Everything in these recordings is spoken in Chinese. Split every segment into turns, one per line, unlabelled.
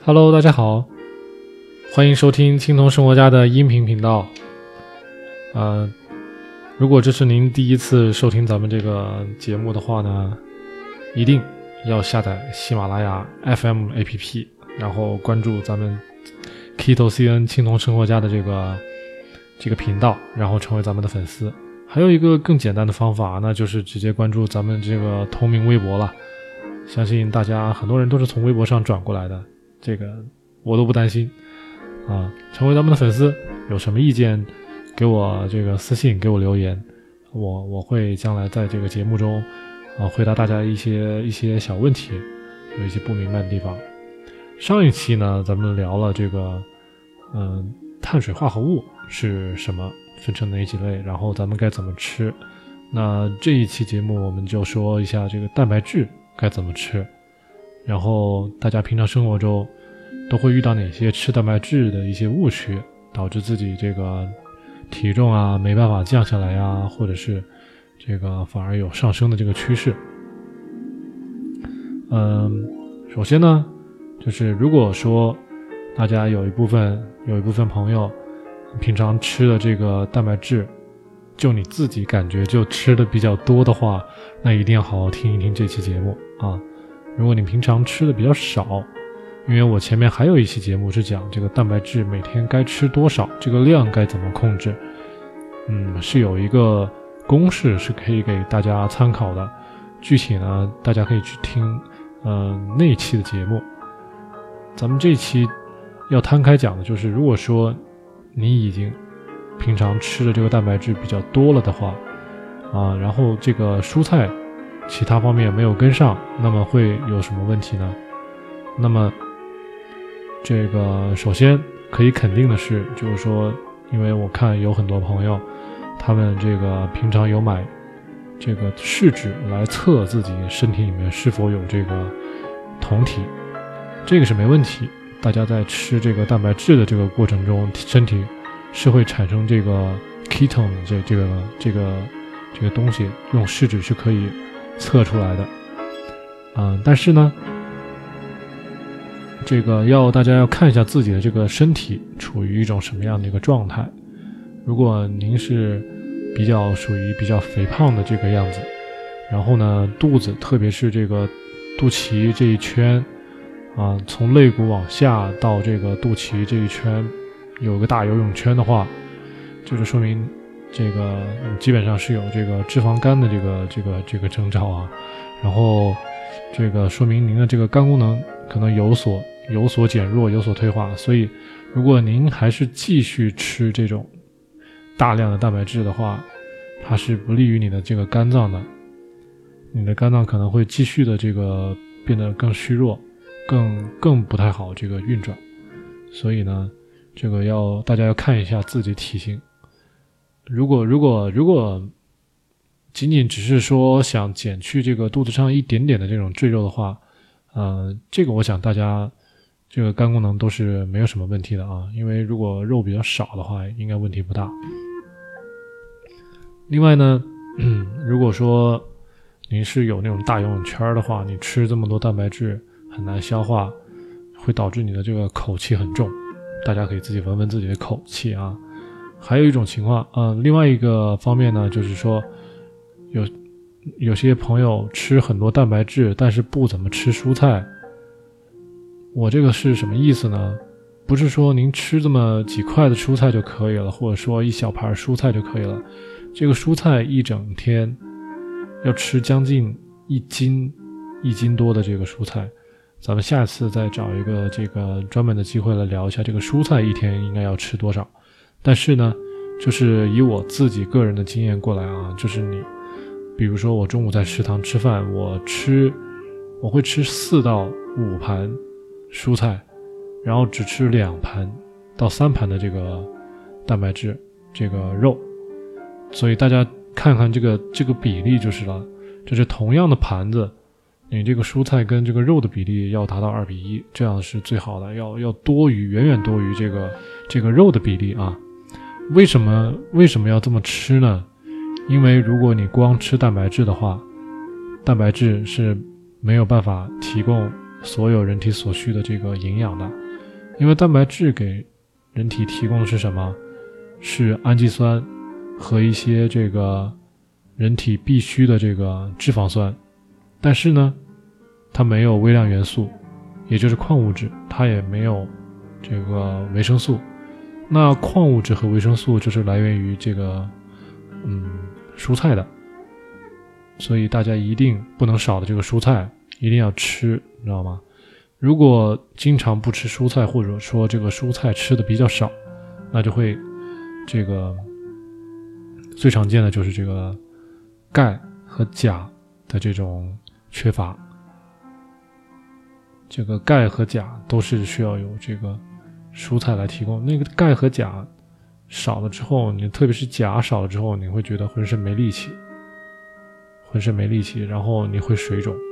Hello， 大家好，欢迎收听青铜生活家的音频频道。如果这是您第一次收听咱们这个节目的话呢，一定要下载喜马拉雅 FM APP， 然后关注咱们 Kito CN 青铜生活家的这个频道，然后成为咱们的粉丝。还有一个更简单的方法，那就是直接关注咱们这个同名微博了。相信大家很多人都是从微博上转过来的，这个我都不担心成为咱们的粉丝，有什么意见给我这个私信，给我留言，我会将来在这个节目中回答大家一些小问题，有一些不明白的地方。上一期呢，咱们聊了这个碳水化合物是什么，分成哪几类，然后咱们该怎么吃。那这一期节目我们就说一下这个蛋白质该怎么吃，然后大家平常生活中都会遇到哪些吃蛋白质的一些误区，导致自己这个体重没办法降下来或者是这个反而有上升的这个趋势。首先呢，就是如果说大家有一部分朋友平常吃的这个蛋白质，就你自己感觉就吃的比较多的话，那一定要好好听一听这期节目啊。如果你平常吃的比较少，因为我前面还有一期节目是讲这个蛋白质每天该吃多少，这个量该怎么控制，是有一个公式是可以给大家参考的。具体呢，大家可以去听那一期的节目。咱们这一期要摊开讲的就是，如果说你已经平常吃的这个蛋白质比较多了的话然后这个蔬菜其他方面没有跟上，那么会有什么问题呢？那么这个首先可以肯定的是，就是说，因为我看有很多朋友他们这个平常有买这个试纸来测自己身体里面是否有这个酮体，这个是没问题。大家在吃这个蛋白质的这个过程中，身体是会产生这个 ketone 这个东西，用试纸是可以测出来的。但是呢，这个大家要看一下自己的这个身体处于一种什么样的一个状态。如果您是属于比较肥胖的这个样子，然后呢肚子，特别是这个肚脐这一圈从肋骨往下到这个肚脐这一圈有个大游泳圈的话，就是说明这个基本上是有这个脂肪肝的这个征兆然后这个说明您的这个肝功能可能有所减弱，有所退化。所以如果您还是继续吃这种大量的蛋白质的话，它是不利于你的这个肝脏的，你的肝脏可能会继续的这个变得更虚弱，更不太好这个运转。所以呢，这个大家要看一下自己体型。如果仅仅只是说想减去这个肚子上一点点的这种赘肉的话，这个我想大家这个肝功能都是没有什么问题的因为如果肉比较少的话，应该问题不大。另外呢，如果说您是有那种大游泳圈的话，你吃这么多蛋白质很难消化，会导致你的这个口气很重。大家可以自己闻闻自己的口气还有一种情况另外一个方面呢，就是说有些朋友吃很多蛋白质，但是不怎么吃蔬菜。我这个是什么意思呢？不是说您吃这么几块的蔬菜就可以了，或者说一小盘蔬菜就可以了。这个蔬菜一整天要吃将近一斤多的这个蔬菜。咱们下次再找一个这个专门的机会来聊一下这个蔬菜一天应该要吃多少。但是呢，就是以我自己个人的经验过来就是你比如说我中午在食堂吃饭，我会吃4到5盘蔬菜，然后只吃2盘到3盘的这个蛋白质这个肉。所以大家看看这个比例就是了，就是同样的盘子，你这个蔬菜跟这个肉的比例要达到2:1，这样是最好的，要多于远远多于这个肉的比例为什么要这么吃呢？因为如果你光吃蛋白质的话，蛋白质是没有办法提供所有人体所需的这个营养的。因为蛋白质给人体提供的是什么？是氨基酸和一些这个人体必须的这个脂肪酸，但是呢它没有微量元素，也就是矿物质，它也没有这个维生素。那矿物质和维生素就是来源于这个蔬菜的，所以大家一定不能少的这个蔬菜一定要吃，你知道吗？如果经常不吃蔬菜，或者说这个蔬菜吃的比较少，那就会这个最常见的就是这个钙和钾的这种缺乏。这个钙和钾都是需要有这个蔬菜来提供。那个钙和钾少了之后，你特别是钾少了之后，你会觉得浑身没力气，然后你会水肿。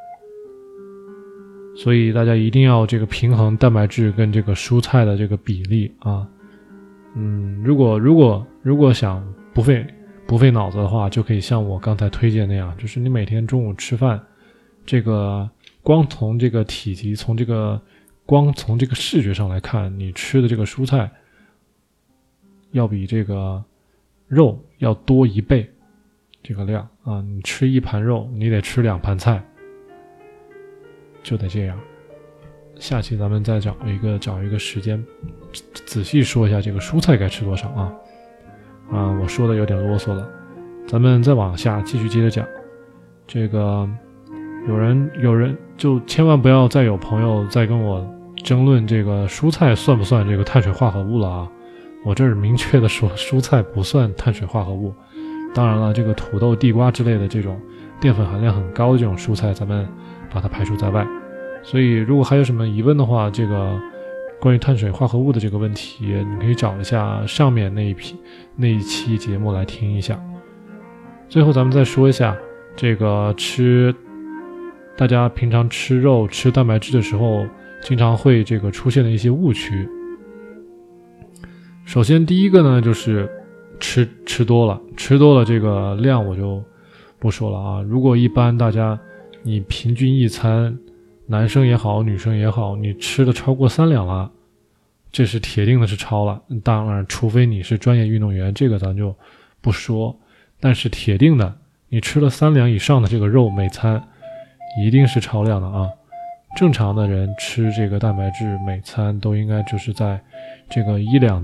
所以大家一定要这个平衡蛋白质跟这个蔬菜的这个比例啊。如果想不费脑子的话，就可以像我刚才推荐那样，就是你每天中午吃饭，这个光从这个体积，从这个视觉上来看，你吃的这个蔬菜要比这个肉要多1倍这个量啊。你吃1盘肉，你得吃2盘菜，就得这样。下期咱们再找一个时间仔细说一下这个蔬菜该吃多少啊。我说的有点啰嗦了，咱们再往下继续接着讲。这个有人就千万不要再有朋友再跟我争论这个蔬菜算不算这个碳水化合物了啊。我这儿明确的说，蔬菜不算碳水化合物。当然了，这个土豆、地瓜之类的这种淀粉含量很高的这种蔬菜，咱们把它排除在外。所以如果还有什么疑问的话，这个关于碳水化合物的这个问题，你可以找一下上面那一期节目来听一下。最后咱们再说一下这个大家平常吃肉吃蛋白质的时候经常会这个出现的一些误区。首先第一个呢，就是吃多了这个量我就不说了啊。如果一般大家你平均一餐，男生也好女生也好，你吃的超过3两了，这是铁定的是超了。当然除非你是专业运动员，这个咱就不说，但是铁定的你吃了3两以上的这个肉，每餐一定是超量的啊。正常的人吃这个蛋白质每餐都应该就是在这个1两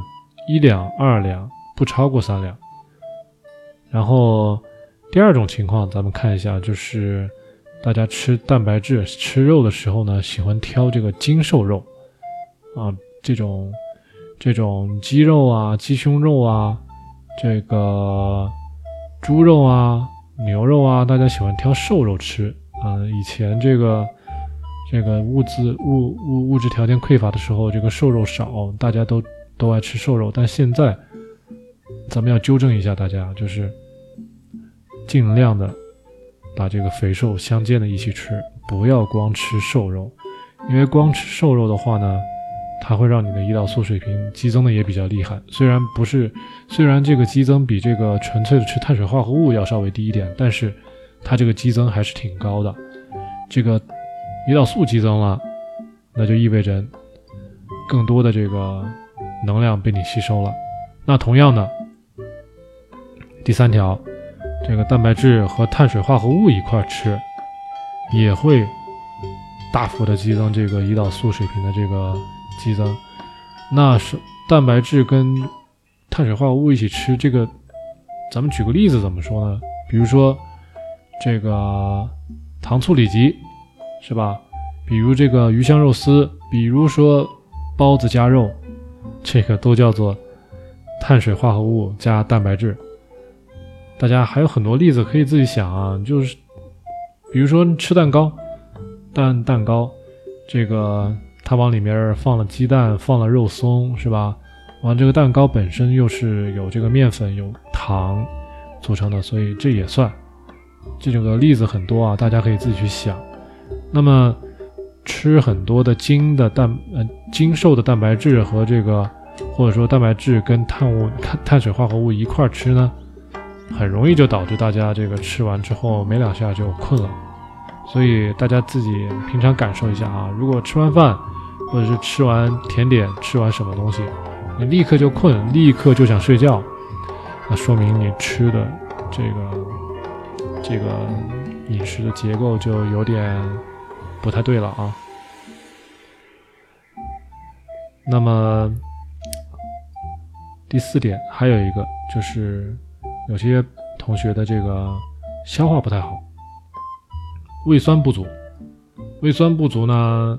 2两，不超过3两。然后第二种情况咱们看一下，就是大家吃蛋白质吃肉的时候呢，喜欢挑这个精瘦肉啊，这种鸡肉啊、鸡胸肉啊、这个猪肉啊、牛肉啊，大家喜欢挑瘦肉吃。以前这个物质条件匮乏的时候，这个瘦肉少，大家都爱吃瘦肉。但现在咱们要纠正一下大家，就是尽量的把这个肥瘦相间的一起吃，不要光吃瘦肉。因为光吃瘦肉的话呢，它会让你的胰岛素水平激增的也比较厉害。虽然这个激增比这个纯粹的吃碳水化合物要稍微低一点，但是它这个激增还是挺高的。这个胰岛素激增了，那就意味着更多的这个能量被你吸收了。那同样的，第三条，这个蛋白质和碳水化合物一块吃，也会大幅的激增这个胰岛素水平的这个激增。那是蛋白质跟碳水化合物一起吃，这个咱们举个例子怎么说呢？比如说这个糖醋里脊是吧？比如这个鱼香肉丝，比如说包子加肉，这个都叫做碳水化合物加蛋白质。大家还有很多例子可以自己想啊，就是比如说吃蛋糕，蛋糕这个它往里面放了鸡蛋，放了肉松是吧？完这个蛋糕本身又是有这个面粉有糖组成的，所以这也算。这个例子很多啊，大家可以自己去想。那么吃很多的精瘦的蛋白质和这个或者说蛋白质跟碳水化合物一块吃呢，很容易就导致大家这个吃完之后没2下就困了。 所以大家自己平常感受一下啊，如果吃完饭或者是吃完甜点，吃完什么东西，你立刻就困，立刻就想睡觉，那说明你吃的这个饮食的结构就有点不太对了啊。那么第4点还有一个就是有些同学的这个消化不太好，胃酸不足。胃酸不足呢，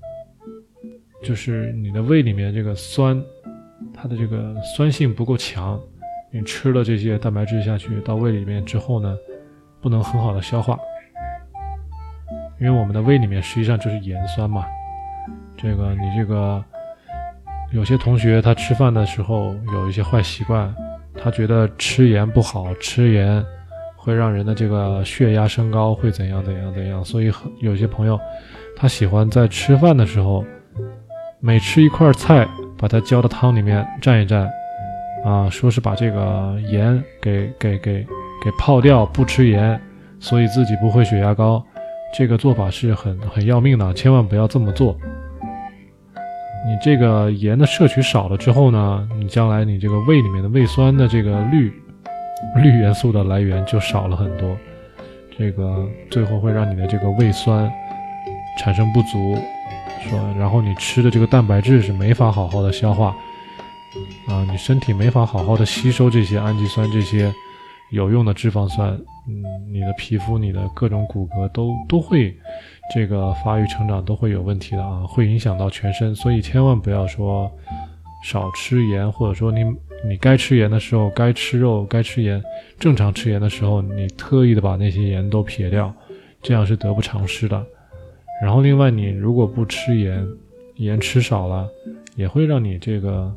就是你的胃里面这个酸，它的这个酸性不够强，你吃了这些蛋白质下去到胃里面之后呢，不能很好的消化，因为我们的胃里面实际上就是盐酸嘛。有些同学他吃饭的时候有一些坏习惯，他觉得吃盐不好，吃盐会让人的这个血压升高，会怎样，所以有些朋友他喜欢在吃饭的时候每吃一块菜把它浇到汤里面蘸一蘸啊，说是把这个盐给泡掉，不吃盐，所以自己不会血压高。这个做法是很要命的，千万不要这么做。你这个盐的摄取少了之后呢，你将来你这个胃里面的胃酸的这个氯元素的来源就少了很多，这个最后会让你的这个胃酸产生不足，然后你吃的这个蛋白质是没法好好的消化啊，你身体没法好好的吸收这些氨基酸，这些有用的脂肪酸，你的皮肤你的各种骨骼都会这个发育成长都会有问题的啊，会影响到全身。所以千万不要说少吃盐，或者说你该吃盐的时候该吃肉该吃盐，正常吃盐的时候你特意的把那些盐都撇掉，这样是得不偿失的。然后另外你如果不吃盐吃少了，也会让你这个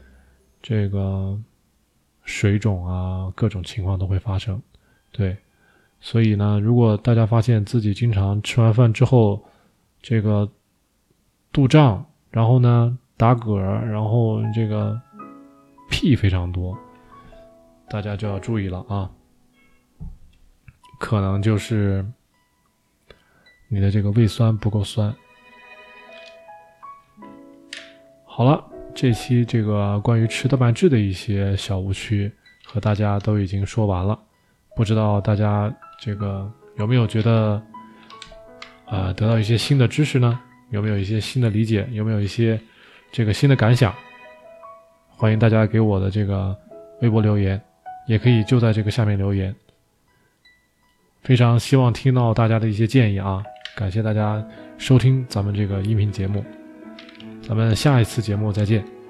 水肿啊，各种情况都会发生。对，所以呢，如果大家发现自己经常吃完饭之后这个肚胀，然后呢打嗝，然后这个屁非常多，大家就要注意了啊，可能就是你的这个胃酸不够酸。好了，这期这个关于吃蛋白质的一些小误区和大家都已经说完了，不知道大家这个有没有觉得得到一些新的知识呢？有没有一些新的理解？有没有一些这个新的感想？欢迎大家给我的这个微博留言，也可以就在这个下面留言。非常希望听到大家的一些建议啊！感谢大家收听咱们这个音频节目，咱们下一次节目再见。